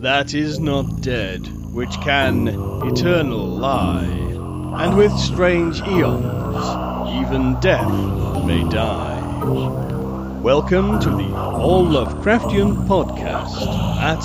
that is not dead, which can eternal lie, and with strange eons, even death may die. Welcome to the All Lovecraftian Podcast at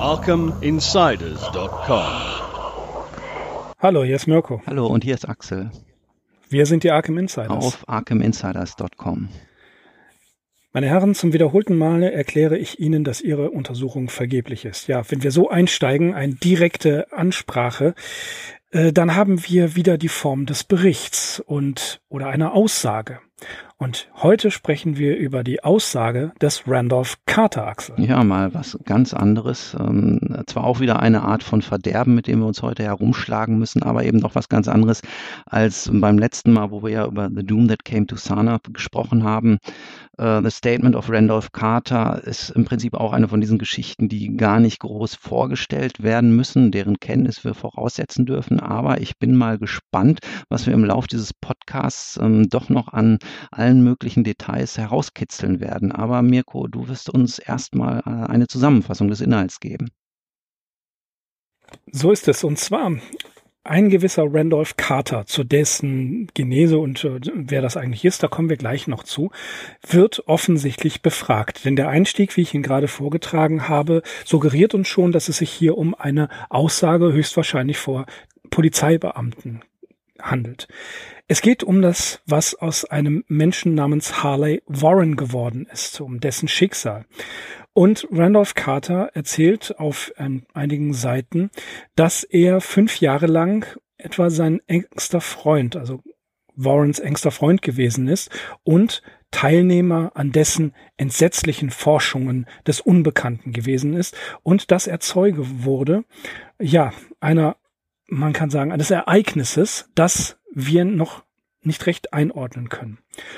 ArkhamInsiders.com. Hallo, hier ist Mirko. Hallo, und hier ist Axel. Wir sind die Arkham Insiders. Auf ArkhamInsiders.com. Meine Herren, zum wiederholten Male erkläre ich Ihnen, dass Ihre Untersuchung vergeblich ist. Ja, wenn wir so einsteigen, eine direkte Ansprache, dann haben wir wieder die Form des Berichts oder einer Aussage. Und heute sprechen wir über die Aussage des Randolph Carter, Axel. Ja, mal was ganz anderes. Zwar auch wieder eine Art von Verderben, mit dem wir uns heute herumschlagen müssen, aber eben doch was ganz anderes als beim letzten Mal, wo wir ja über The Doom That Came to Sana gesprochen haben. The Statement of Randolph Carter ist im Prinzip auch eine von diesen Geschichten, die gar nicht groß vorgestellt werden müssen, deren Kenntnis wir voraussetzen dürfen. Aber ich bin mal gespannt, was wir im Lauf dieses Podcasts doch noch an allen möglichen Details herauskitzeln werden. Aber Mirko, du wirst uns erstmal eine Zusammenfassung des Inhalts geben. So ist es. Und zwar ein gewisser Randolph Carter, zu dessen Genese und wer das eigentlich ist, da kommen wir gleich noch zu, wird offensichtlich befragt. Denn der Einstieg, wie ich ihn gerade vorgetragen habe, suggeriert uns schon, dass es sich hier um eine Aussage höchstwahrscheinlich vor Polizeibeamten handelt. Es geht um das, was aus einem Menschen namens Harley Warren geworden ist, um dessen Schicksal. Und Randolph Carter erzählt auf einigen Seiten, dass er 5 Jahre lang etwa sein engster Freund, also Warrens engster Freund gewesen ist und Teilnehmer an dessen entsetzlichen Forschungen des Unbekannten gewesen ist und dass er Zeuge wurde, ja, man kann sagen, eines Ereignisses, das wir noch nicht recht einordnen können.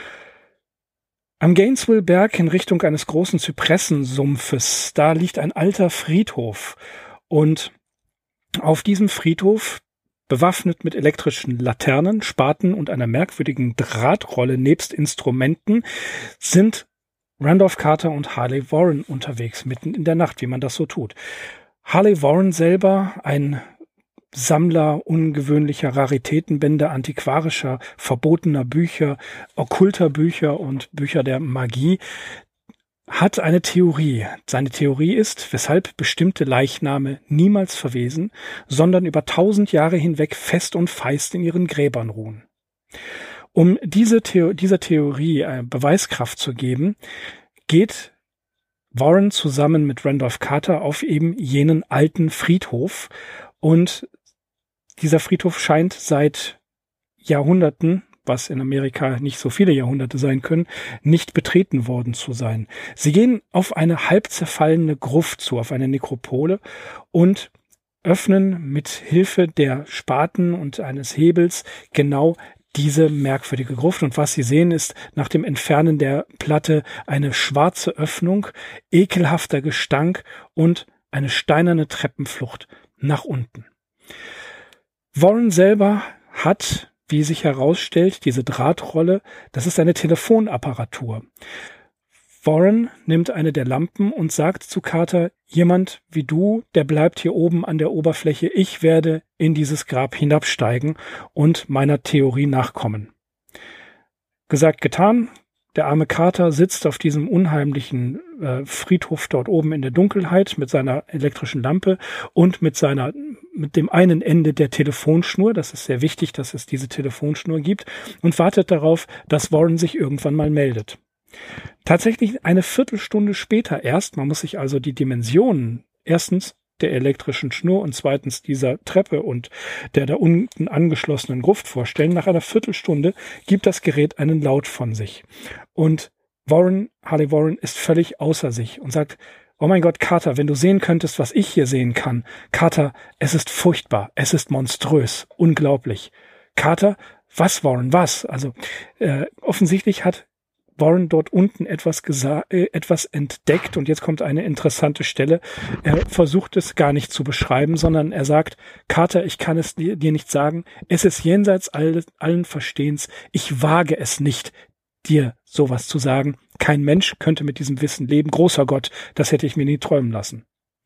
Am Gainesville-Berg in Richtung eines großen Zypressensumpfes, da liegt ein alter Friedhof. Und auf diesem Friedhof, bewaffnet mit elektrischen Laternen, Spaten und einer merkwürdigen Drahtrolle nebst Instrumenten, sind Randolph Carter und Harley Warren unterwegs, mitten in der Nacht, wie man das so tut. Harley Warren selber, ein Sammler ungewöhnlicher Raritätenbände, antiquarischer, verbotener Bücher, okkulter Bücher und Bücher der Magie, hat eine Theorie. Seine Theorie ist, weshalb bestimmte Leichname niemals verwesen, sondern über 1000 Jahre hinweg fest und feist in ihren Gräbern ruhen. Um dieser Theorie Beweiskraft zu geben, geht Warren zusammen mit Randolph Carter auf eben jenen alten Friedhof, und dieser Friedhof scheint seit Jahrhunderten, was in Amerika nicht so viele Jahrhunderte sein können, nicht betreten worden zu sein. Sie gehen auf eine halb zerfallene Gruft zu, auf eine Nekropole, und öffnen mit Hilfe der Spaten und eines Hebels genau diese merkwürdige Gruft. Und was Sie sehen, ist nach dem Entfernen der Platte eine schwarze Öffnung, ekelhafter Gestank und eine steinerne Treppenflucht nach unten. Warren selber hat, wie sich herausstellt, diese Drahtrolle, das ist eine Telefonapparatur. Warren nimmt eine der Lampen und sagt zu Carter, jemand wie du, der bleibt hier oben an der Oberfläche, ich werde in dieses Grab hinabsteigen und meiner Theorie nachkommen. Gesagt, getan. Der arme Carter sitzt auf diesem unheimlichen Friedhof dort oben in der Dunkelheit mit seiner elektrischen Lampe und mit dem einen Ende der Telefonschnur. Das ist sehr wichtig, dass es diese Telefonschnur gibt, und wartet darauf, dass Warren sich irgendwann mal meldet. Tatsächlich eine Viertelstunde später erst, man muss sich also die Dimensionen erstens der elektrischen Schnur und zweitens dieser Treppe und der da unten angeschlossenen Gruft vorstellen. Nach einer Viertelstunde gibt das Gerät einen Laut von sich. Und Harley Warren ist völlig außer sich und sagt, oh mein Gott, Carter, wenn du sehen könntest, was ich hier sehen kann. Carter, es ist furchtbar, es ist monströs, unglaublich. Carter, was, Warren, was? Also offensichtlich hat Warren dort unten etwas entdeckt, und jetzt kommt eine interessante Stelle. Er versucht es gar nicht zu beschreiben, sondern er sagt, Carter, ich kann es dir nicht sagen, es ist jenseits allen Verstehens, ich wage es nicht, dir sowas zu sagen. Kein Mensch könnte mit diesem Wissen leben. Großer Gott, das hätte ich mir nie träumen lassen.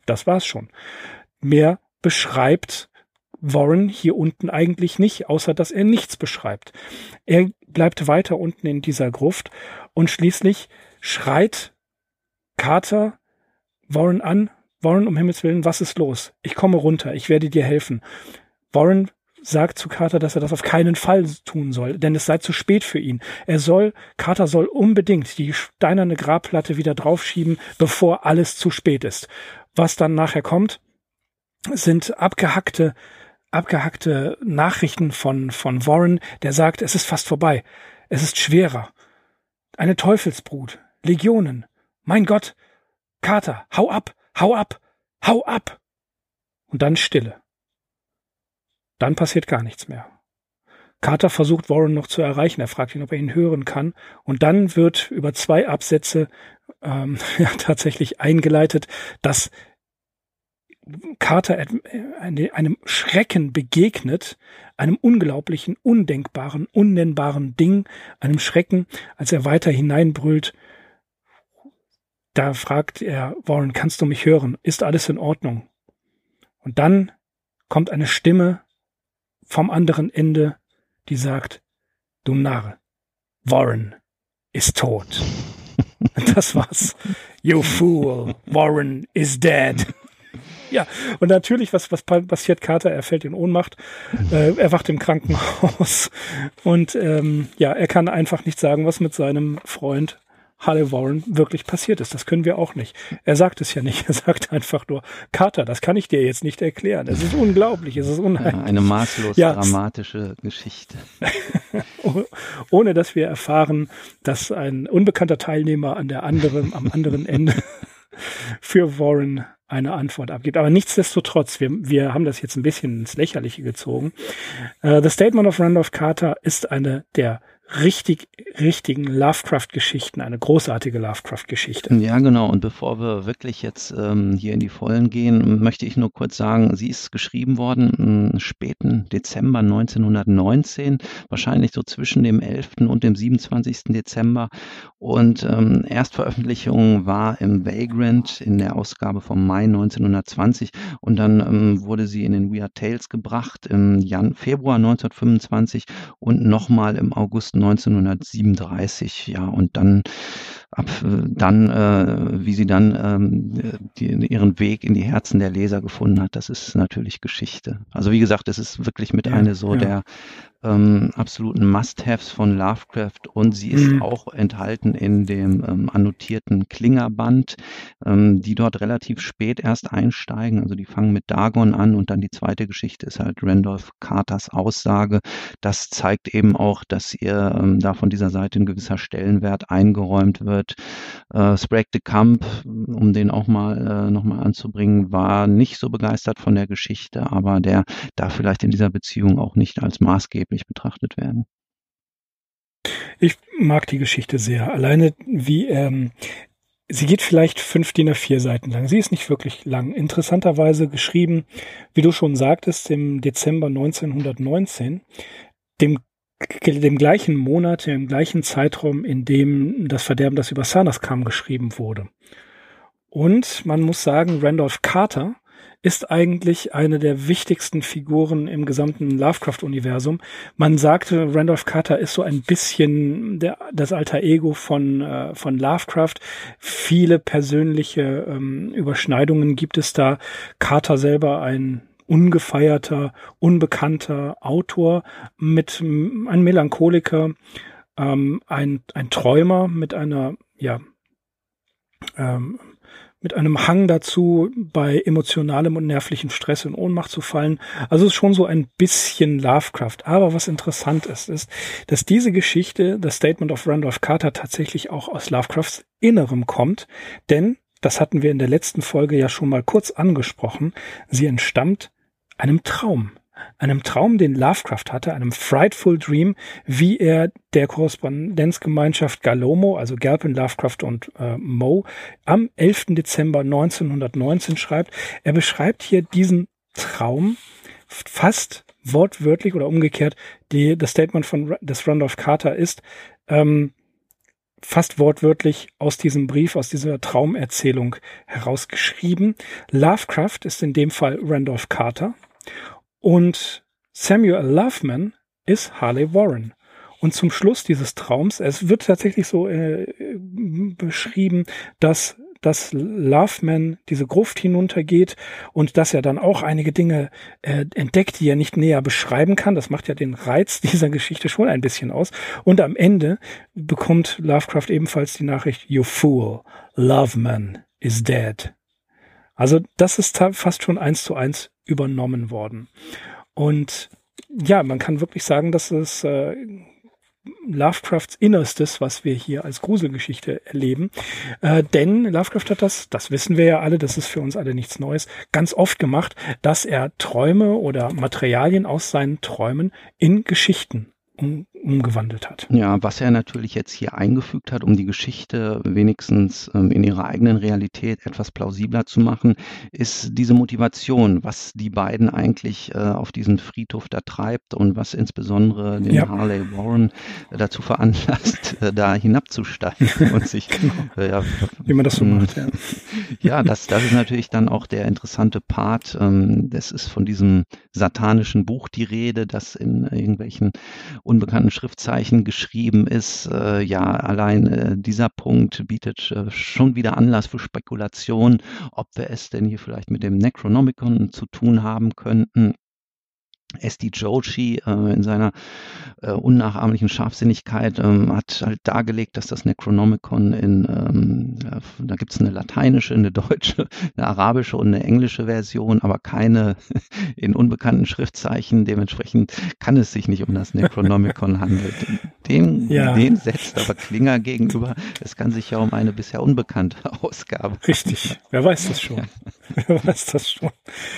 Das war's schon. Mehr beschreibt Warren hier unten eigentlich nicht, außer dass er nichts beschreibt. Er bleibt weiter unten in dieser Gruft und schließlich schreit Carter Warren an: Warren, um Himmels Willen, was ist los? Ich komme runter, ich werde dir helfen. Warren sagt zu Carter, dass er das auf keinen Fall tun soll, denn es sei zu spät für ihn. Carter soll unbedingt die steinerne Grabplatte wieder draufschieben, bevor alles zu spät ist. Was dann nachher kommt, sind abgehackte Nachrichten von Warren, der sagt, es ist fast vorbei. Es ist schwerer. Eine Teufelsbrut. Legionen. Mein Gott. Carter, hau ab, hau ab, hau ab. Und dann Stille. Dann passiert gar nichts mehr. Carter versucht Warren noch zu erreichen. Er fragt ihn, ob er ihn hören kann. Und dann wird über 2 Absätze tatsächlich eingeleitet, dass Carter einem Schrecken begegnet, einem unglaublichen, undenkbaren, unnennbaren Ding, einem Schrecken, als er weiter hineinbrüllt. Da fragt er Warren, kannst du mich hören? Ist alles in Ordnung? Und dann kommt eine Stimme vom anderen Ende, die sagt, du Narr, Warren ist tot. Das war's. You fool, Warren is dead. Ja, und natürlich, was passiert Carter? Er fällt in Ohnmacht, er wacht im Krankenhaus und er kann einfach nicht sagen, was mit seinem Freund Halle Warren wirklich passiert ist. Das können wir auch nicht. Er sagt es ja nicht. Er sagt einfach nur, Carter, das kann ich dir jetzt nicht erklären. Es ist unglaublich, es ist unheimlich. Ja, eine maßlos dramatische Geschichte. Ohne dass wir erfahren, dass ein unbekannter Teilnehmer am anderen Ende für Warren eine Antwort abgibt. Aber nichtsdestotrotz, wir haben das jetzt ein bisschen ins Lächerliche gezogen. The Statement of Randolph Carter ist eine der richtigen Lovecraft-Geschichten, eine großartige Lovecraft-Geschichte. Ja, genau. Und bevor wir wirklich jetzt hier in die Vollen gehen, möchte ich nur kurz sagen, sie ist geschrieben worden im späten Dezember 1919, wahrscheinlich so zwischen dem 11. und dem 27. Dezember. Und Erstveröffentlichung war im Vagrant in der Ausgabe vom Mai 1920 und dann wurde sie in den Weird Tales gebracht im Februar 1925 und nochmal im August 1937, ja, und dann wie sie dann ihren Weg in die Herzen der Leser gefunden hat, das ist natürlich Geschichte. Also wie gesagt, es ist wirklich mit einer der absoluten Must-Haves von Lovecraft und sie ist auch enthalten in dem annotierten Klingerband, die dort relativ spät erst einsteigen. Also die fangen mit Dagon an und dann die zweite Geschichte ist halt Randolph Carters Aussage. Das zeigt eben auch, dass ihr da von dieser Seite ein gewisser Stellenwert eingeräumt wird. Sprague de Camp, um den auch mal nochmal anzubringen, war nicht so begeistert von der Geschichte, aber der darf vielleicht in dieser Beziehung auch nicht als maßgeblich betrachtet werden. Ich mag die Geschichte sehr. Alleine wie sie geht vielleicht 5 DIN A4 Seiten lang. Sie ist nicht wirklich lang. Interessanterweise geschrieben, wie du schon sagtest, im Dezember 1919, dem gleichen Monat, im gleichen Zeitraum, in dem das Verderben, das über Sarnath kam, geschrieben wurde. Und man muss sagen, Randolph Carter ist eigentlich eine der wichtigsten Figuren im gesamten Lovecraft-Universum. Man sagte, Randolph Carter ist so ein bisschen das Alter Ego von Lovecraft. Viele persönliche Überschneidungen gibt es da. Carter selber ein ungefeierter, unbekannter Autor, ein Melancholiker, ein Träumer mit mit einem Hang dazu, bei emotionalem und nervlichem Stress in Ohnmacht zu fallen. Also es ist schon so ein bisschen Lovecraft. Aber was interessant ist, dass diese Geschichte, das Statement of Randolph Carter, tatsächlich auch aus Lovecrafts Innerem kommt. Denn, das hatten wir in der letzten Folge ja schon mal kurz angesprochen, sie entstammt einem Traum. Einem Traum, den Lovecraft hatte, einem Frightful Dream, wie er der Korrespondenzgemeinschaft Galomo, also Galpin, Lovecraft und Moe, am 11. Dezember 1919 schreibt. Er beschreibt hier diesen Traum fast wortwörtlich oder umgekehrt. Das Statement des Randolph Carter ist, fast wortwörtlich aus diesem Brief, aus dieser Traumerzählung herausgeschrieben. Lovecraft ist in dem Fall Randolph Carter und Samuel Loveman ist Harley Warren. Und zum Schluss dieses Traums, es wird tatsächlich so beschrieben, dass Loveman diese Gruft hinuntergeht und dass er dann auch einige Dinge entdeckt, die er nicht näher beschreiben kann. Das macht ja den Reiz dieser Geschichte schon ein bisschen aus. Und am Ende bekommt Lovecraft ebenfalls die Nachricht, "You fool, Loveman is dead." Also das ist fast schon 1:1 übernommen worden. Und ja, man kann wirklich sagen, dass es Lovecrafts Innerstes, was wir hier als Gruselgeschichte erleben. Denn Lovecraft hat das wissen wir ja alle, das ist für uns alle nichts Neues, ganz oft gemacht, dass er Träume oder Materialien aus seinen Träumen in Geschichten umgewandelt hat. Ja, was er natürlich jetzt hier eingefügt hat, um die Geschichte wenigstens in ihrer eigenen Realität etwas plausibler zu machen, ist diese Motivation, was die beiden eigentlich auf diesen Friedhof da treibt und was insbesondere den Harley Warren dazu veranlasst, da hinabzusteigen und sich wie man das so macht, ja. Ja, das ist natürlich dann auch der interessante Part. Das ist von diesem satanischen Buch die Rede, das in irgendwelchen unbekannten Schriftzeichen geschrieben ist. Allein dieser Punkt bietet schon wieder Anlass für Spekulation, ob wir es denn hier vielleicht mit dem Necronomicon zu tun haben könnten. S.D. Joshi in seiner unnachahmliche Scharfsinnigkeit hat halt dargelegt, dass das Necronomicon da gibt es eine lateinische, eine deutsche, eine arabische und eine englische Version, aber keine in unbekannten Schriftzeichen. Dementsprechend kann es sich nicht um das Necronomicon handeln. Den setzt aber Klinger gegenüber. Es kann sich ja um eine bisher unbekannte Ausgabe. Richtig, wer weiß das schon. Wer weiß das schon.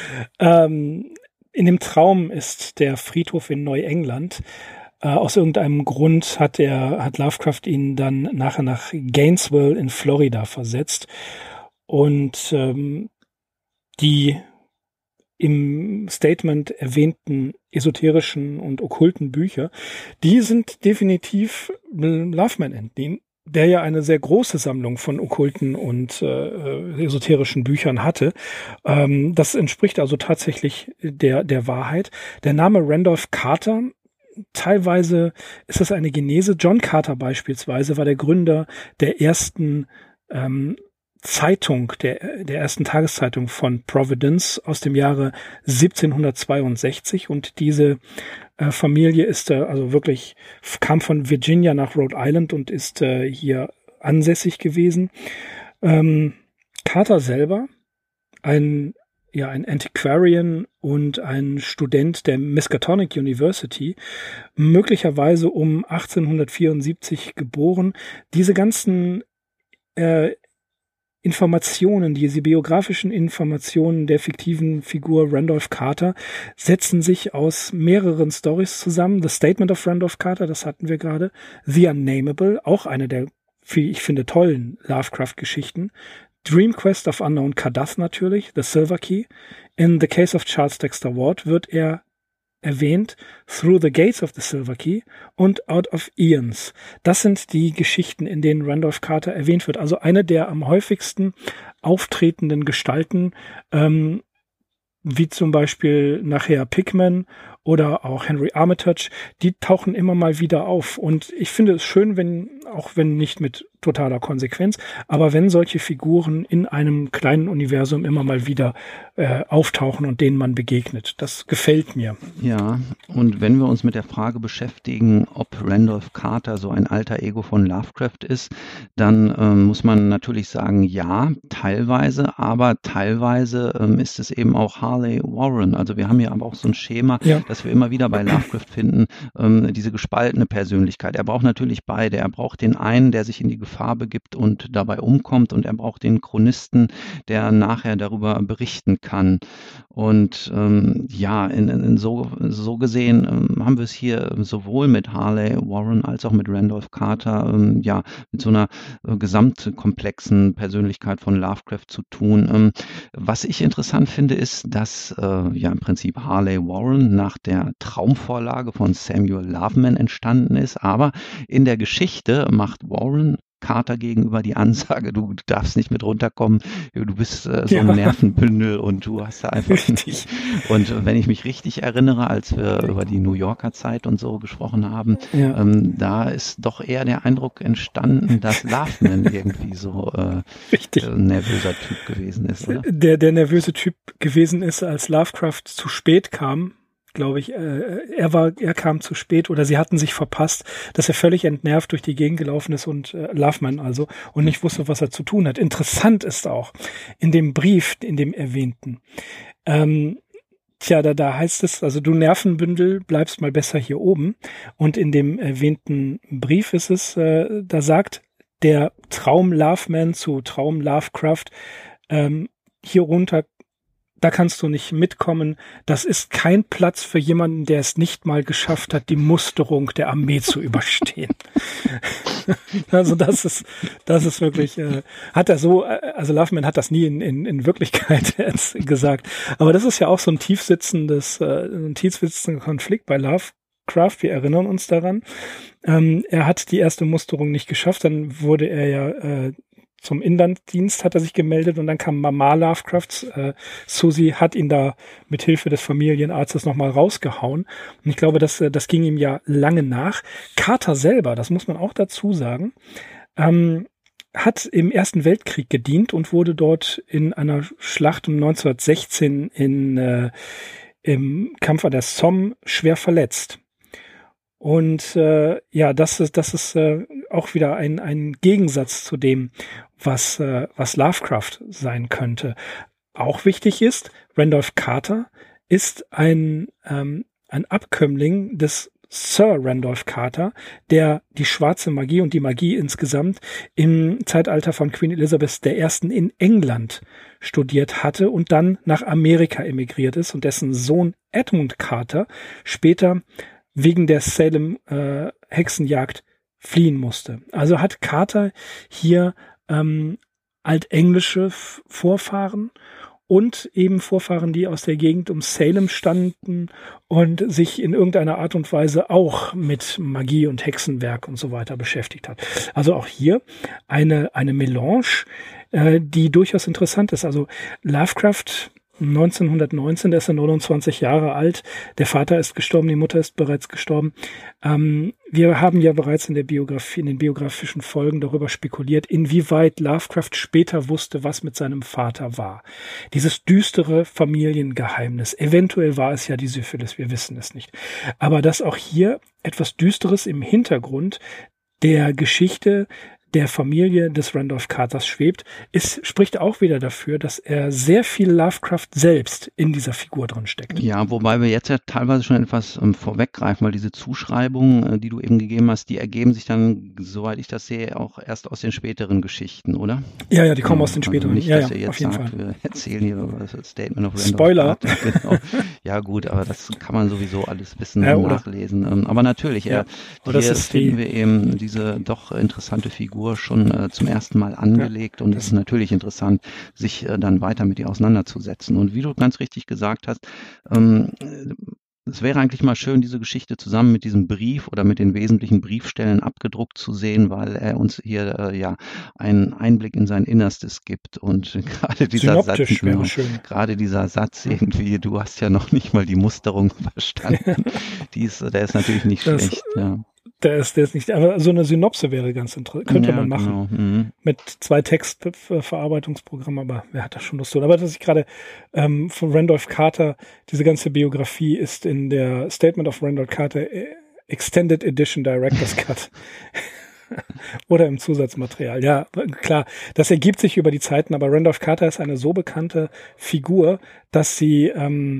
In dem Traum ist der Friedhof in Neuengland. Aus irgendeinem Grund hat Lovecraft ihn dann nachher nach Gainesville in Florida versetzt. Und die im Statement erwähnten esoterischen und okkulten Bücher, die sind definitiv Loveman entliehen, der ja eine sehr große Sammlung von okkulten und esoterischen Büchern hatte. Das entspricht also tatsächlich der Wahrheit. Der Name Randolph Carter, teilweise ist das eine Genese. John Carter beispielsweise war der Gründer der ersten Zeitung, der ersten Tageszeitung von Providence aus dem Jahre 1762 und diese Familie ist kam von Virginia nach Rhode Island und ist hier ansässig gewesen. Carter selber, ein Antiquarian und ein Student der Miskatonic University, möglicherweise um 1874 geboren. Diese ganzen Informationen, diese biografischen Informationen der fiktiven Figur Randolph Carter setzen sich aus mehreren Stories zusammen. The Statement of Randolph Carter, das hatten wir gerade. The Unnamable, auch eine der, wie ich finde, tollen Lovecraft-Geschichten. Dream Quest of Unknown Kadath natürlich, The Silver Key. In The Case of Charles Dexter Ward wird er erwähnt, Through the Gates of the Silver Key und Out of Eons. Das sind die Geschichten, in denen Randolph Carter erwähnt wird. Also eine der am häufigsten auftretenden Gestalten, wie zum Beispiel nachher Pickman oder auch Henry Armitage, die tauchen immer mal wieder auf. Und ich finde es schön, auch wenn nicht mit totaler Konsequenz, aber wenn solche Figuren in einem kleinen Universum immer mal wieder auftauchen und denen man begegnet. Das gefällt mir. Ja, und wenn wir uns mit der Frage beschäftigen, ob Randolph Carter so ein alter Ego von Lovecraft ist, dann muss man natürlich sagen, ja, teilweise, aber teilweise ist es eben auch Harley Warren. Also wir haben hier aber auch so ein Schema, das wir immer wieder bei Lovecraft finden, diese gespaltene Persönlichkeit. Er braucht natürlich beide. Er braucht den einen, der sich in die Gefahr begibt und dabei umkommt, und er braucht den Chronisten, der nachher darüber berichten kann. Und so gesehen haben wir es hier sowohl mit Harley Warren als auch mit Randolph Carter mit so einer gesamtkomplexen Persönlichkeit von Lovecraft zu tun. Was ich interessant finde, ist, dass im Prinzip Harley Warren nach der Traumvorlage von Samuel Loveman entstanden ist, aber in der Geschichte macht Warren Carter gegenüber die Ansage, du darfst nicht mit runterkommen, du bist so ein Nervenbündel und du hast da einfach... Richtig. Und wenn ich mich richtig erinnere, als wir über die New Yorker Zeit und so gesprochen haben, da ist doch eher der Eindruck entstanden, dass Loveman irgendwie so ein nervöser Typ gewesen ist, oder? Der nervöse Typ gewesen ist, als Lovecraft zu spät kam, glaube ich. Er kam zu spät oder sie hatten sich verpasst, dass er völlig entnervt durch die Gegend gelaufen ist und Loveman also und nicht wusste, was er zu tun hat. Interessant ist auch, in dem Brief, in dem erwähnten, da heißt es, also du Nervenbündel, bleibst mal besser hier oben. Und in dem erwähnten Brief ist es, da sagt der Traum Loveman zu Traum Lovecraft, hier runter, da kannst du nicht mitkommen. Das ist kein Platz für jemanden, der es nicht mal geschafft hat, die Musterung der Armee zu überstehen. Also das ist wirklich, hat er so, also Loveman hat das nie in Wirklichkeit gesagt. Aber das ist ja auch so ein tiefsitzender Konflikt bei Lovecraft. Wir erinnern uns daran. Er hat die erste Musterung nicht geschafft, dann wurde er ja zum Inlanddienst hat er sich gemeldet und dann kam Mama Lovecrafts, Susie hat ihn da mit Hilfe des Familienarztes nochmal rausgehauen. Und ich glaube, das ging ihm ja lange nach. Carter selber, das muss man auch dazu sagen, hat im Ersten Weltkrieg gedient und wurde dort in einer Schlacht um 1916 im Kampf an der Somme schwer verletzt. Und das ist auch wieder ein Gegensatz zu dem, was Lovecraft sein könnte. Auch wichtig ist, Randolph Carter ist ein Abkömmling des Sir Randolph Carter, der die schwarze Magie und die Magie insgesamt im Zeitalter von Queen Elizabeth I. in England studiert hatte und dann nach Amerika emigriert ist und dessen Sohn Edmund Carter später wegen der Salem Hexenjagd fliehen musste. Also hat Carter hier altenglische Vorfahren und eben Vorfahren, die aus der Gegend um Salem standen und sich in irgendeiner Art und Weise auch mit Magie und Hexenwerk und so weiter beschäftigt hat. Also auch hier eine Melange, die durchaus interessant ist. Also Lovecraft 1919, der ist ja 29 Jahre alt. Der Vater ist gestorben, die Mutter ist bereits gestorben. Wir haben ja bereits in den biografischen Folgen darüber spekuliert, inwieweit Lovecraft später wusste, was mit seinem Vater war. Dieses düstere Familiengeheimnis. Eventuell war es ja die Syphilis, wir wissen es nicht. Aber dass auch hier etwas Düsteres im Hintergrund der Geschichte der Familie des Randolph Carters schwebt, spricht auch wieder dafür, dass er sehr viel Lovecraft selbst in dieser Figur drin steckt. Ja, wobei wir jetzt ja teilweise schon etwas vorweggreifen, weil diese Zuschreibungen, die du eben gegeben hast, die ergeben sich dann, soweit ich das sehe, auch erst aus den späteren Geschichten, oder? Ja, die kommen aus den späteren. Also nicht, dass ihr jetzt auf jeden sagt, Fall. wir erzählen hier über das Statement of Randolph Spoiler. Carter. Genau. Ja gut, aber das kann man sowieso alles wissen und nachlesen. Aber natürlich, hier finden wir eben diese doch interessante Figur schon zum ersten Mal angelegt und es ist natürlich interessant, sich dann weiter mit ihr auseinanderzusetzen. Und wie du ganz richtig gesagt hast, es wäre eigentlich mal schön, diese Geschichte zusammen mit diesem Brief oder mit den wesentlichen Briefstellen abgedruckt zu sehen, weil er uns hier einen Einblick in sein Innerstes gibt. Und gerade dieser Satz irgendwie, du hast ja noch nicht mal die Musterung verstanden, der ist natürlich nicht schlecht. Ja. Der ist nicht, aber so eine Synopse wäre ganz interessant, könnte man machen. Genau. Mit 2 Textverarbeitungsprogrammen, aber wer hat da schon Lust zu? Aber was ich gerade von Randolph Carter, diese ganze Biografie ist in der Statement of Randolph Carter Extended Edition Director's Cut. Oder im Zusatzmaterial. Ja, klar, das ergibt sich über die Zeiten, aber Randolph Carter ist eine so bekannte Figur, dass sie,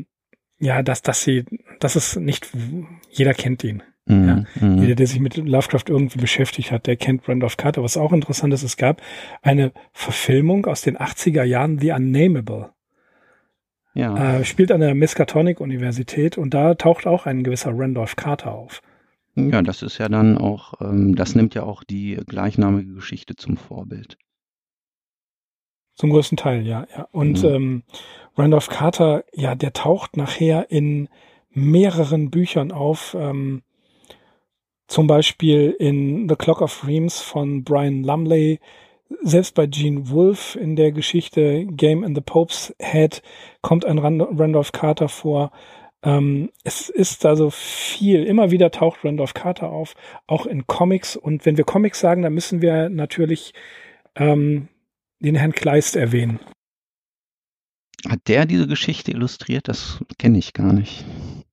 dass es nicht, jeder kennt ihn. Jeder, der sich mit Lovecraft irgendwie beschäftigt hat, der kennt Randolph Carter. Was auch interessant ist, es gab eine Verfilmung aus den 80er Jahren, The Unnamable. Ja. Spielt an der Miskatonic-Universität und da taucht auch ein gewisser Randolph Carter auf. Ja, das ist ja dann auch, das nimmt ja auch die gleichnamige Geschichte zum Vorbild. Zum größten Teil, ja. Und Randolph Carter, der taucht nachher in mehreren Büchern auf, Zum Beispiel in The Clock of Dreams von Brian Lumley, selbst bei Gene Wolfe in der Geschichte Game in the Pope's Head kommt ein Randolph Carter vor. Es ist also viel, immer wieder taucht Randolph Carter auf, auch in Comics. Und wenn wir Comics sagen, dann müssen wir natürlich den Herrn Kleist erwähnen. Hat der diese Geschichte illustriert? Das kenne ich gar nicht.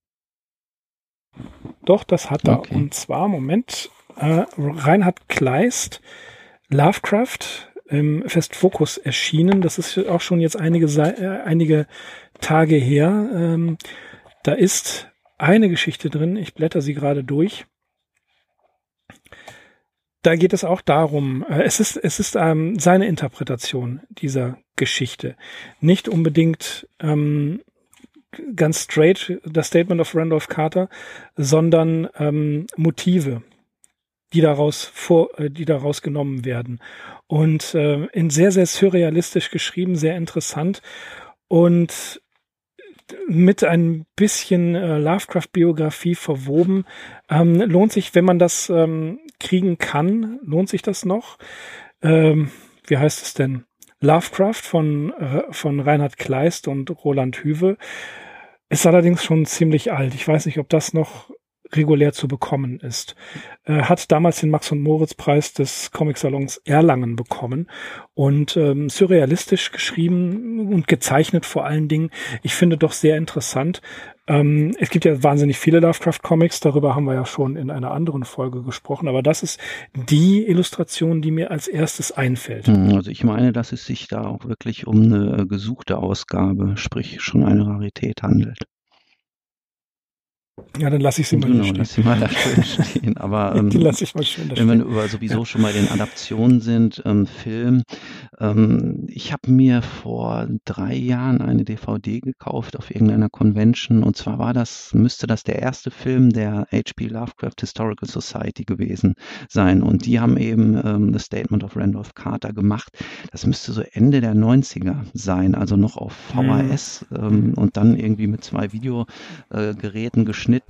Doch, das hat er. Okay. Und zwar, Moment, Reinhard Kleist, Lovecraft im Festfokus erschienen. Das ist auch schon jetzt einige Tage her. Da ist eine Geschichte drin. Ich blätter sie gerade durch. Da geht es auch darum, es ist seine Interpretation dieser Geschichte. Nicht unbedingt ganz straight das Statement of Randolph Carter, sondern Motive, die daraus genommen werden. Und in sehr, sehr surrealistisch geschrieben, sehr interessant und mit ein bisschen Lovecraft-Biografie verwoben. Lohnt sich, wenn man das kriegen kann, lohnt sich das noch. Wie heißt es denn? Lovecraft von Reinhard Kleist und Roland Hüwe ist allerdings schon ziemlich alt. Ich weiß nicht, ob das noch regulär zu bekommen ist. Hat damals den Max- und Moritz-Preis des Comic-Salons Erlangen bekommen und surrealistisch geschrieben und gezeichnet vor allen Dingen. Ich finde doch sehr interessant. Es gibt ja wahnsinnig viele Lovecraft-Comics, darüber haben wir ja schon in einer anderen Folge gesprochen, aber das ist die Illustration, die mir als erstes einfällt. Also ich meine, dass es sich da auch wirklich um eine gesuchte Ausgabe, sprich schon eine Rarität handelt. Ja, dann lasse ich sie mal hier stehen. Lass sie mal da schön stehen. Aber die lasse ich mal schön da stehen. Wenn wir sowieso schon bei den Adaptionen sind, Film. Ich habe mir vor 3 Jahren eine DVD gekauft auf irgendeiner Convention. Und zwar müsste das der erste Film der H.P. Lovecraft Historical Society gewesen sein. Und die haben eben The Statement of Randolph Carter gemacht. Das müsste so Ende der 90er sein, also noch auf VHS und dann irgendwie mit 2 Videogeräten geschnitten.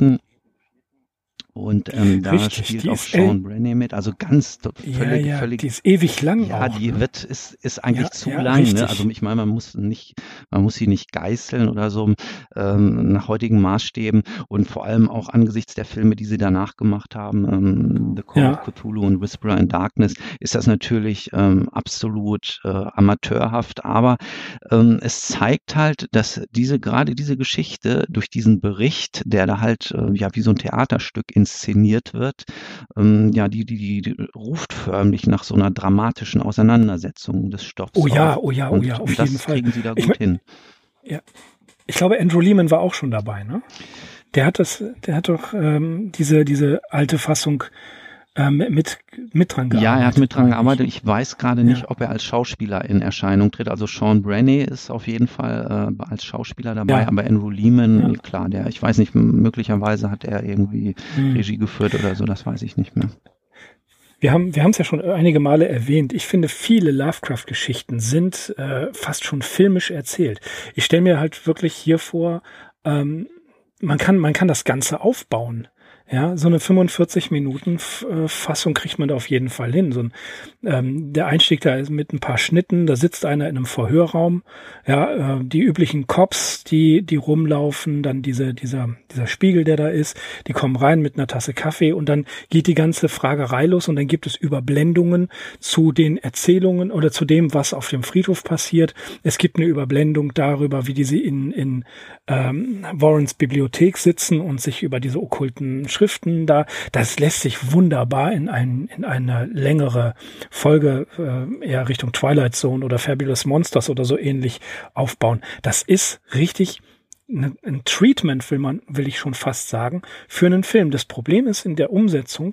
Und da Richtig, spielt auch Sean Brennan mit, also ganz völlig. Die ist ewig lang. Ja, auch, die ne? ist eigentlich zu lang. Ne? Also ich meine, man muss sie nicht geißeln oder so nach heutigen Maßstäben und vor allem auch angesichts der Filme, die sie danach gemacht haben, The Call of Cthulhu und Whisperer in Darkness, ist das natürlich absolut amateurhaft. Aber es zeigt halt, dass gerade diese Geschichte durch diesen Bericht, der da halt wie so ein Theaterstück inszeniert wird, die ruft förmlich nach so einer dramatischen Auseinandersetzung des Stoffs. Oh ja, auf jeden Fall. Das kriegen sie da gut hin. Ja. Ich glaube, Andrew Lehman war auch schon dabei, ne? Der hat doch diese alte Fassung mit dran gearbeitet. Ja, er hat mit dran gearbeitet. Ich weiß gerade nicht, ob er als Schauspieler in Erscheinung tritt. Also Sean Brennan ist auf jeden Fall als Schauspieler dabei, aber Andrew Lehman, klar, ich weiß nicht, möglicherweise hat er irgendwie Regie geführt oder so, das weiß ich nicht mehr. Wir haben es ja schon einige Male erwähnt. Ich finde, viele Lovecraft-Geschichten sind fast schon filmisch erzählt. Ich stelle mir halt wirklich hier vor, man kann das Ganze aufbauen. Ja, so eine 45-Minuten-Fassung kriegt man da auf jeden Fall hin. Der Einstieg da ist mit ein paar Schnitten, da sitzt einer in einem Verhörraum, die üblichen Cops, die rumlaufen, dann dieser Spiegel, der da ist, die kommen rein mit einer Tasse Kaffee und dann geht die ganze Fragerei los und dann gibt es Überblendungen zu den Erzählungen oder zu dem, was auf dem Friedhof passiert. Es gibt eine Überblendung darüber, wie die in Warrens Bibliothek sitzen und sich über diese okkulten Schriften das lässt sich wunderbar in eine längere Folge eher Richtung Twilight Zone oder Fabulous Monsters oder so ähnlich aufbauen. Das ist richtig ein Treatment, will ich schon fast sagen, für einen Film. Das Problem ist in der Umsetzung,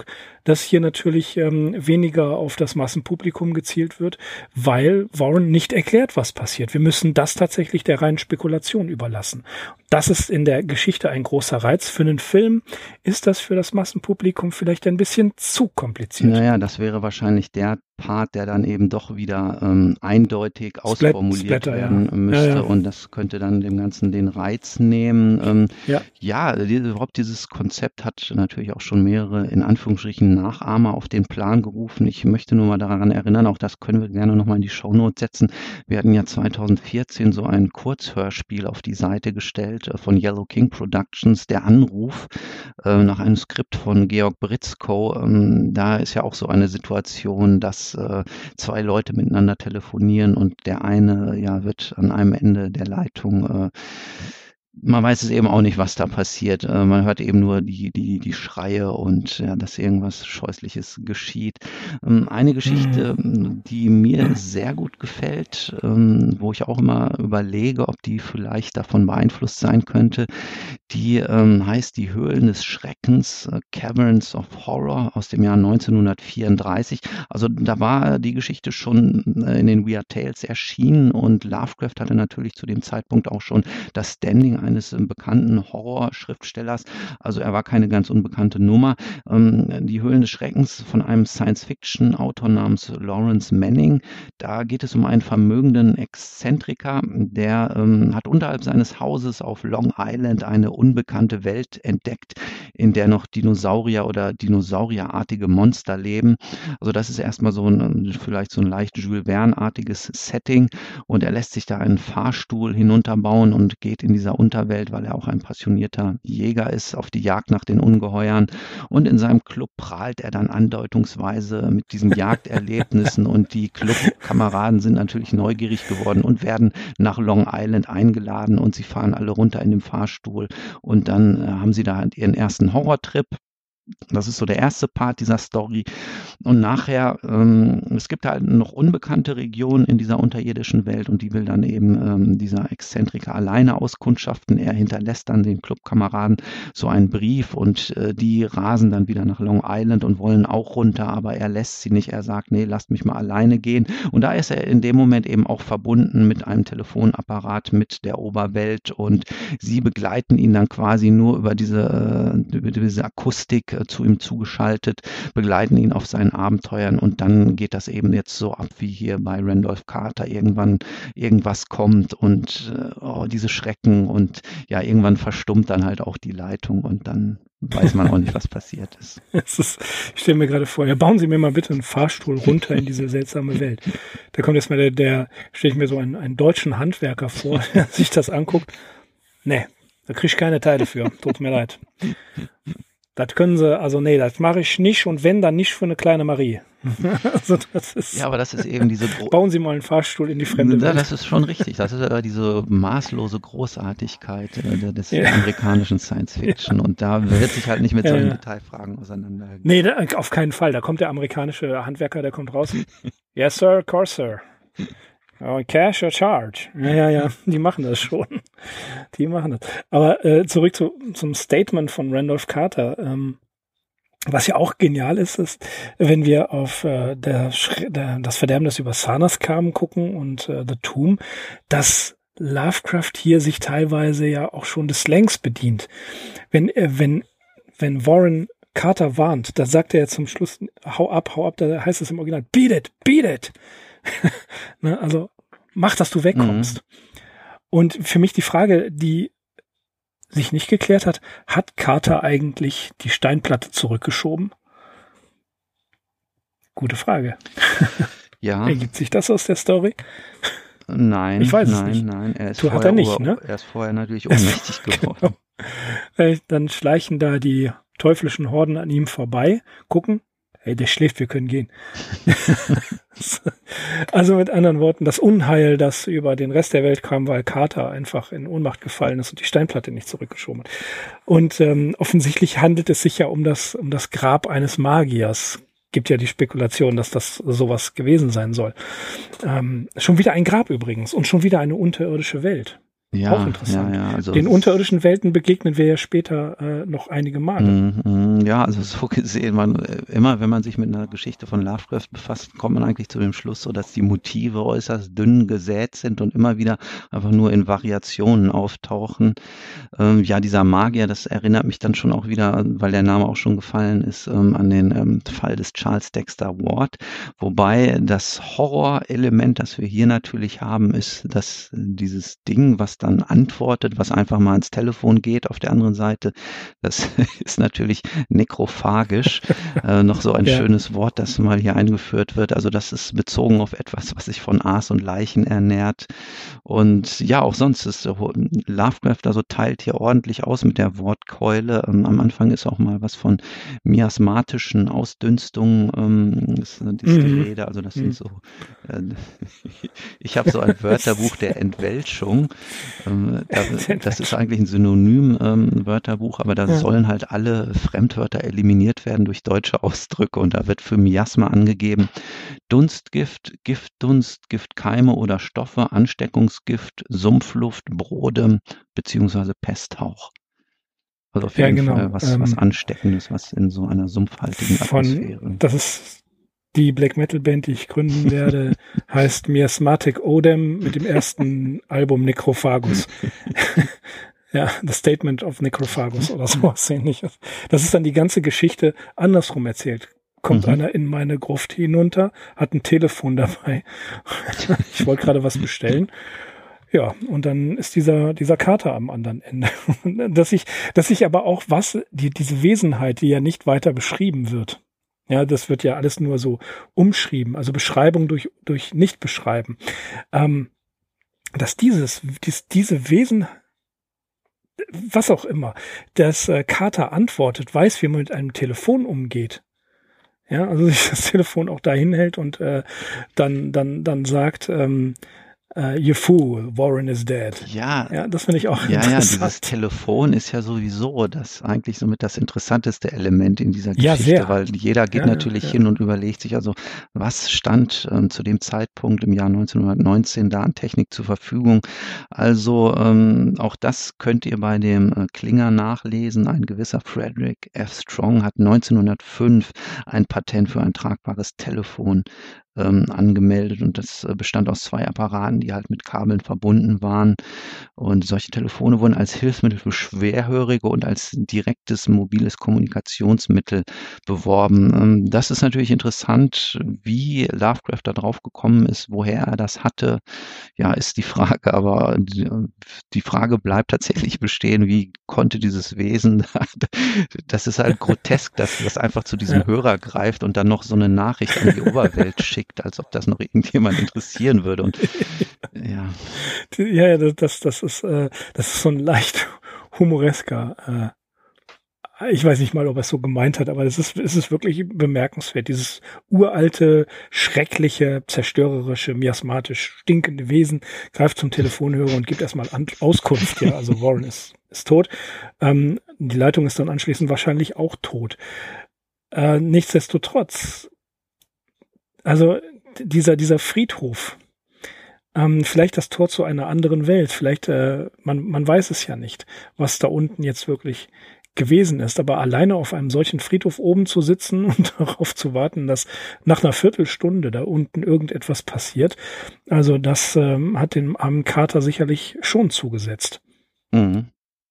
dass hier natürlich weniger auf das Massenpublikum gezielt wird, weil Warren nicht erklärt, was passiert. Wir müssen das tatsächlich der reinen Spekulation überlassen. Das ist in der Geschichte ein großer Reiz. Für einen Film ist das für das Massenpublikum vielleicht ein bisschen zu kompliziert. Naja, das wäre wahrscheinlich der Part, der dann eben doch wieder eindeutig ausformuliert werden müsste. Ja. Und das könnte dann dem Ganzen den Reiz nehmen. Überhaupt dieses Konzept hat natürlich auch schon mehrere, in Anführungsstrichen, Nachahmer auf den Plan gerufen. Ich möchte nur mal daran erinnern, auch das können wir gerne nochmal in die Shownotes setzen. Wir hatten ja 2014 so ein Kurzhörspiel auf die Seite gestellt von Yellow King Productions, Der Anruf, nach einem Skript von Georg Britzko. Da ist ja auch so eine Situation, dass zwei Leute miteinander telefonieren und der eine wird an einem Ende der Leitung man weiß es eben auch nicht, was da passiert. Man hört eben nur die Schreie und dass irgendwas Scheußliches geschieht. Eine Geschichte, die mir sehr gut gefällt, wo ich auch immer überlege, ob die vielleicht davon beeinflusst sein könnte, die heißt Die Höhlen des Schreckens, Caverns of Horror aus dem Jahr 1934. Also da war die Geschichte schon in den Weird Tales erschienen und Lovecraft hatte natürlich zu dem Zeitpunkt auch schon das Standing eines bekannten Horrorschriftstellers. Also er war keine ganz unbekannte Nummer. Die Höhlen des Schreckens von einem Science-Fiction-Autor namens Lawrence Manning. Da geht es um einen vermögenden Exzentriker, der hat unterhalb seines Hauses auf Long Island eine unbekannte Welt entdeckt, in der noch Dinosaurier oder dinosaurierartige Monster leben. Also das ist erstmal vielleicht so ein leicht Jules Verne-artiges Setting und er lässt sich da einen Fahrstuhl hinunterbauen und geht in dieser Unterwelt, weil er auch ein passionierter Jäger ist, auf die Jagd nach den Ungeheuern und in seinem Club prahlt er dann andeutungsweise mit diesen Jagderlebnissen und die Clubkameraden sind natürlich neugierig geworden und werden nach Long Island eingeladen und sie fahren alle runter in dem Fahrstuhl und dann haben sie da ihren ersten Horrortrip. Das ist so der erste Part dieser Story. Und nachher, es gibt halt noch unbekannte Regionen in dieser unterirdischen Welt und die will dann eben dieser Exzentriker alleine auskundschaften. Er hinterlässt dann den Clubkameraden so einen Brief und die rasen dann wieder nach Long Island und wollen auch runter, aber er lässt sie nicht. Er sagt, nee, lasst mich mal alleine gehen. Und da ist er in dem Moment eben auch verbunden mit einem Telefonapparat mit der Oberwelt und sie begleiten ihn dann quasi nur über diese Akustik zu ihm zugeschaltet, begleiten ihn auf seinen Abenteuern und dann geht das eben jetzt so ab, wie hier bei Randolph Carter irgendwann irgendwas kommt und diese Schrecken und irgendwann verstummt dann halt auch die Leitung und dann weiß man auch nicht, was passiert ist. Ich stelle mir gerade vor, bauen Sie mir mal bitte einen Fahrstuhl runter in diese seltsame Welt. Da kommt jetzt mal stelle ich mir so einen deutschen Handwerker vor, der sich das anguckt. Nee, da kriege ich keine Teile für. Tut mir leid. Das können sie, das mache ich nicht und wenn, dann nicht für eine kleine Marie. Aber das ist eben diese... Bauen Sie mal einen Fahrstuhl in die fremde Welt. Das ist schon richtig. Das ist aber diese maßlose Großartigkeit des amerikanischen Science-Fiction und da wird sich halt nicht mit solchen Detailfragen auseinandergesetzt. Nee, auf keinen Fall. Da kommt der amerikanische Handwerker, der kommt raus. Yes, sir, of course, sir. Cash or charge? Ja, die machen das schon. Die machen das. Aber zurück zum Statement von Randolph Carter. Was ja auch genial ist, wenn wir auf das Verderben, das über Sarnath kam, gucken und The Tomb, dass Lovecraft hier sich teilweise ja auch schon des Slangs bedient. Wenn Warren Carter warnt, da sagt er ja zum Schluss, hau ab, da heißt es im Original, beat it. Also mach, dass du wegkommst. Und für mich die Frage, die sich nicht geklärt hat Carter eigentlich die Steinplatte zurückgeschoben? Gute Frage. Ja. Ergibt sich das aus der Story? Nein, ich weiß es nicht. Nein. Er ist vorher natürlich ohnmächtig geworden. Dann schleichen da die teuflischen Horden an ihm vorbei, gucken, hey, der schläft, wir können gehen. Also mit anderen Worten, das Unheil, das über den Rest der Welt kam, weil Carter einfach in Ohnmacht gefallen ist und die Steinplatte nicht zurückgeschoben hat. Und offensichtlich handelt es sich ja um das Grab eines Magiers. Gibt ja die Spekulation, dass das sowas gewesen sein soll. Schon wieder ein Grab übrigens und schon wieder eine unterirdische Welt. Ja, auch interessant. ja, also Den unterirdischen Welten begegnen wir ja später noch einige Male. Ja, also so gesehen, immer wenn man sich mit einer Geschichte von Lovecraft befasst, kommt man eigentlich zu dem Schluss, so dass die Motive äußerst dünn gesät sind und immer wieder einfach nur in Variationen auftauchen. Ja, dieser Magier, das erinnert mich dann schon auch wieder, weil der Name auch schon gefallen ist, an den Fall des Charles Dexter Ward. Wobei das Horrorelement, das wir hier natürlich haben, ist, dass dieses Ding, was dann antwortet, was einfach mal ans Telefon geht, auf der anderen Seite, das ist natürlich nekrophagisch. Noch so ein schönes Wort, das mal hier eingeführt wird. Also das ist bezogen auf etwas, was sich von Aas und Leichen ernährt. Und ja, auch sonst ist Lovecraft also teilt hier ordentlich aus mit der Wortkeule. Am Anfang ist auch mal was von miasmatischen Ausdünstungen ist die Rede. Also das sind so, ich habe so ein Wörterbuch der Entwelschung. Das ist eigentlich ein Synonym-Wörterbuch, aber da sollen halt alle Fremdwörter eliminiert werden durch deutsche Ausdrücke. Und da wird für Miasma angegeben Dunstgift, Giftdunst, Giftkeime oder Stoffe, Ansteckungsgift, Sumpfluft, Brodem beziehungsweise Pesthauch. Also auf jeden Fall was Ansteckendes, was in so einer sumpfhaltigen Atmosphäre. Das ist die Black Metal Band, die ich gründen werde, heißt Miasmatic Odem mit dem ersten Album Necrophagus. Ja, The Statement of Necrophagus oder sowas ähnliches. Das ist dann die ganze Geschichte andersrum erzählt. Kommt einer in meine Gruft hinunter, hat ein Telefon dabei. Ich wollte gerade was bestellen. Ja, und dann ist dieser Kater am anderen Ende. Dass ich aber auch diese Wesenheit, die ja nicht weiter beschrieben wird. Ja, das wird ja alles nur so umschrieben, also Beschreibung durch Nicht-Beschreiben. Dass diese Wesen, was auch immer, dass Kater antwortet, weiß, wie man mit einem Telefon umgeht. Ja, also sich das Telefon auch dahin hält und dann sagt, you fool, Warren is dead. Ja, das finde ich auch interessant. Ja, dieses Telefon ist ja sowieso das eigentlich somit das interessanteste Element in dieser Geschichte, weil jeder geht natürlich hin und überlegt sich, also was stand zu dem Zeitpunkt im Jahr 1919 da an Technik zur Verfügung. Also auch das könnt ihr bei dem Klinger nachlesen. Ein gewisser Frederick F. Strong hat 1905 ein Patent für ein tragbares Telefon angemeldet und das bestand aus 2 Apparaten, die halt mit Kabeln verbunden waren. Und solche Telefone wurden als Hilfsmittel für Schwerhörige und als direktes mobiles Kommunikationsmittel beworben. Das ist natürlich interessant, wie Lovecraft da drauf gekommen ist, woher er das hatte. Ja, ist die Frage, aber die Frage bleibt tatsächlich bestehen, wie konnte dieses Wesen, das ist halt grotesk, dass das einfach zu diesem Hörer greift und dann noch so eine Nachricht an die Oberwelt schickt, als ob das noch irgendjemand interessieren würde. Und das ist so ein leicht humoresker, ich weiß nicht mal, ob er es so gemeint hat, aber es ist wirklich bemerkenswert. Dieses uralte, schreckliche, zerstörerische, miasmatisch stinkende Wesen greift zum Telefonhörer und gibt erstmal Auskunft. Ja, also Warren ist tot. Die Leitung ist dann anschließend wahrscheinlich auch tot. Nichtsdestotrotz, also dieser Friedhof, vielleicht das Tor zu einer anderen Welt, vielleicht, man weiß es ja nicht, was da unten jetzt wirklich gewesen ist, aber alleine auf einem solchen Friedhof oben zu sitzen und darauf zu warten, dass nach einer Viertelstunde da unten irgendetwas passiert, also das hat dem armen Kater sicherlich schon zugesetzt. Mhm.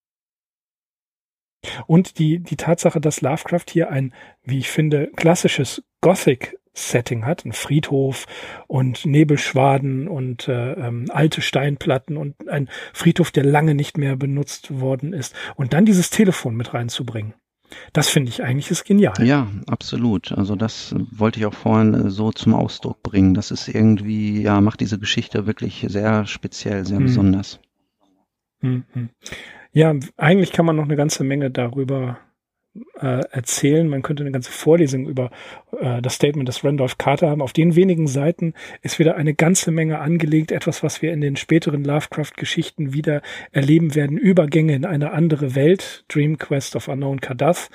Und die Tatsache, dass Lovecraft hier ein, wie ich finde, klassisches Gothic-Setting hat, ein Friedhof und Nebelschwaden und alte Steinplatten und ein Friedhof, der lange nicht mehr benutzt worden ist. Und dann dieses Telefon mit reinzubringen. Das finde ich eigentlich ist genial. Ja, absolut. Also das wollte ich auch vorhin so zum Ausdruck bringen. Das ist irgendwie, ja, macht diese Geschichte wirklich sehr speziell, sehr besonders. Ja, eigentlich kann man noch eine ganze Menge darüber erzählen. Man könnte eine ganze Vorlesung über das Statement des Randolph Carter haben. Auf den wenigen Seiten ist wieder eine ganze Menge angelegt. Etwas, was wir in den späteren Lovecraft-Geschichten wieder erleben werden. Übergänge in eine andere Welt. Dream Quest of Unknown Kadath.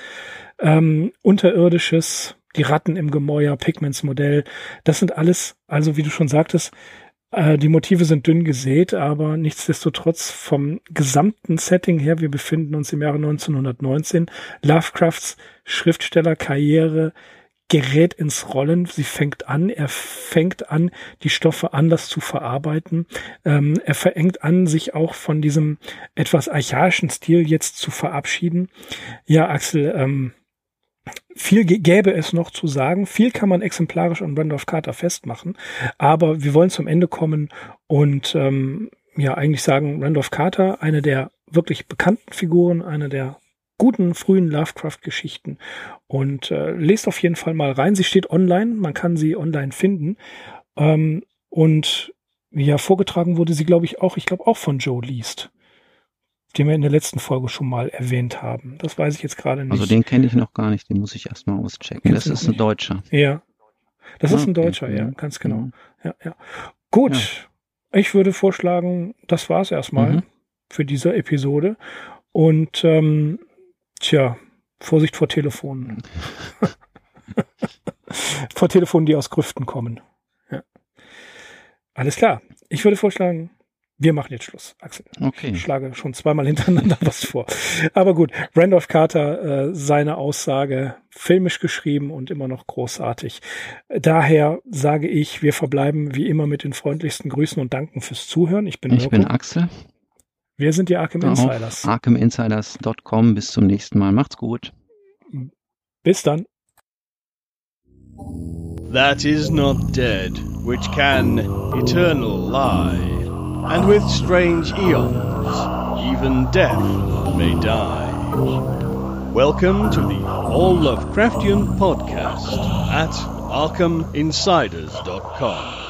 Unterirdisches, die Ratten im Gemäuer, Pigments Modell. Das sind alles, also wie du schon sagtest, Die Motive sind dünn gesät, aber nichtsdestotrotz vom gesamten Setting her, wir befinden uns im Jahre 1919, Lovecrafts Schriftstellerkarriere gerät ins Rollen, er fängt an, die Stoffe anders zu verarbeiten, er fängt an, sich auch von diesem etwas archaischen Stil jetzt zu verabschieden. Ja, Axel, viel gäbe es noch zu sagen. Viel kann man exemplarisch an Randolph Carter festmachen. Aber wir wollen zum Ende kommen und eigentlich sagen, Randolph Carter, eine der wirklich bekannten Figuren, eine der guten, frühen Lovecraft-Geschichten. Und lest auf jeden Fall mal rein. Sie steht online, man kann sie online finden. Und ja, vorgetragen wurde sie, glaube ich auch von Joe Liest, den wir in der letzten Folge schon mal erwähnt haben. Das weiß ich jetzt gerade nicht. Also den kenne ich noch gar nicht, den muss ich erstmal auschecken. Das ist ein Deutscher. Ja, das ist ein Deutscher, ja, ganz genau. Ja. Gut, ich würde vorschlagen, das war's erstmal für diese Episode. Und Vorsicht vor Telefonen. Vor Telefonen, die aus Grüften kommen. Ja. Alles klar. Ich würde vorschlagen, wir machen jetzt Schluss, Axel. Okay. Ich schlage schon zweimal hintereinander was vor. Aber gut, Randolph Carter, seine Aussage, filmisch geschrieben und immer noch großartig. Daher sage ich, wir verbleiben wie immer mit den freundlichsten Grüßen und danken fürs Zuhören. Ich bin Axel. Wir sind die Arkham Insiders. ArkhamInsiders.com. Bis zum nächsten Mal. Macht's gut. Bis dann. That is not dead, which can eternal lie. And with strange eons, even death may die. Welcome to the All Lovecraftian Podcast at ArkhamInsiders.com.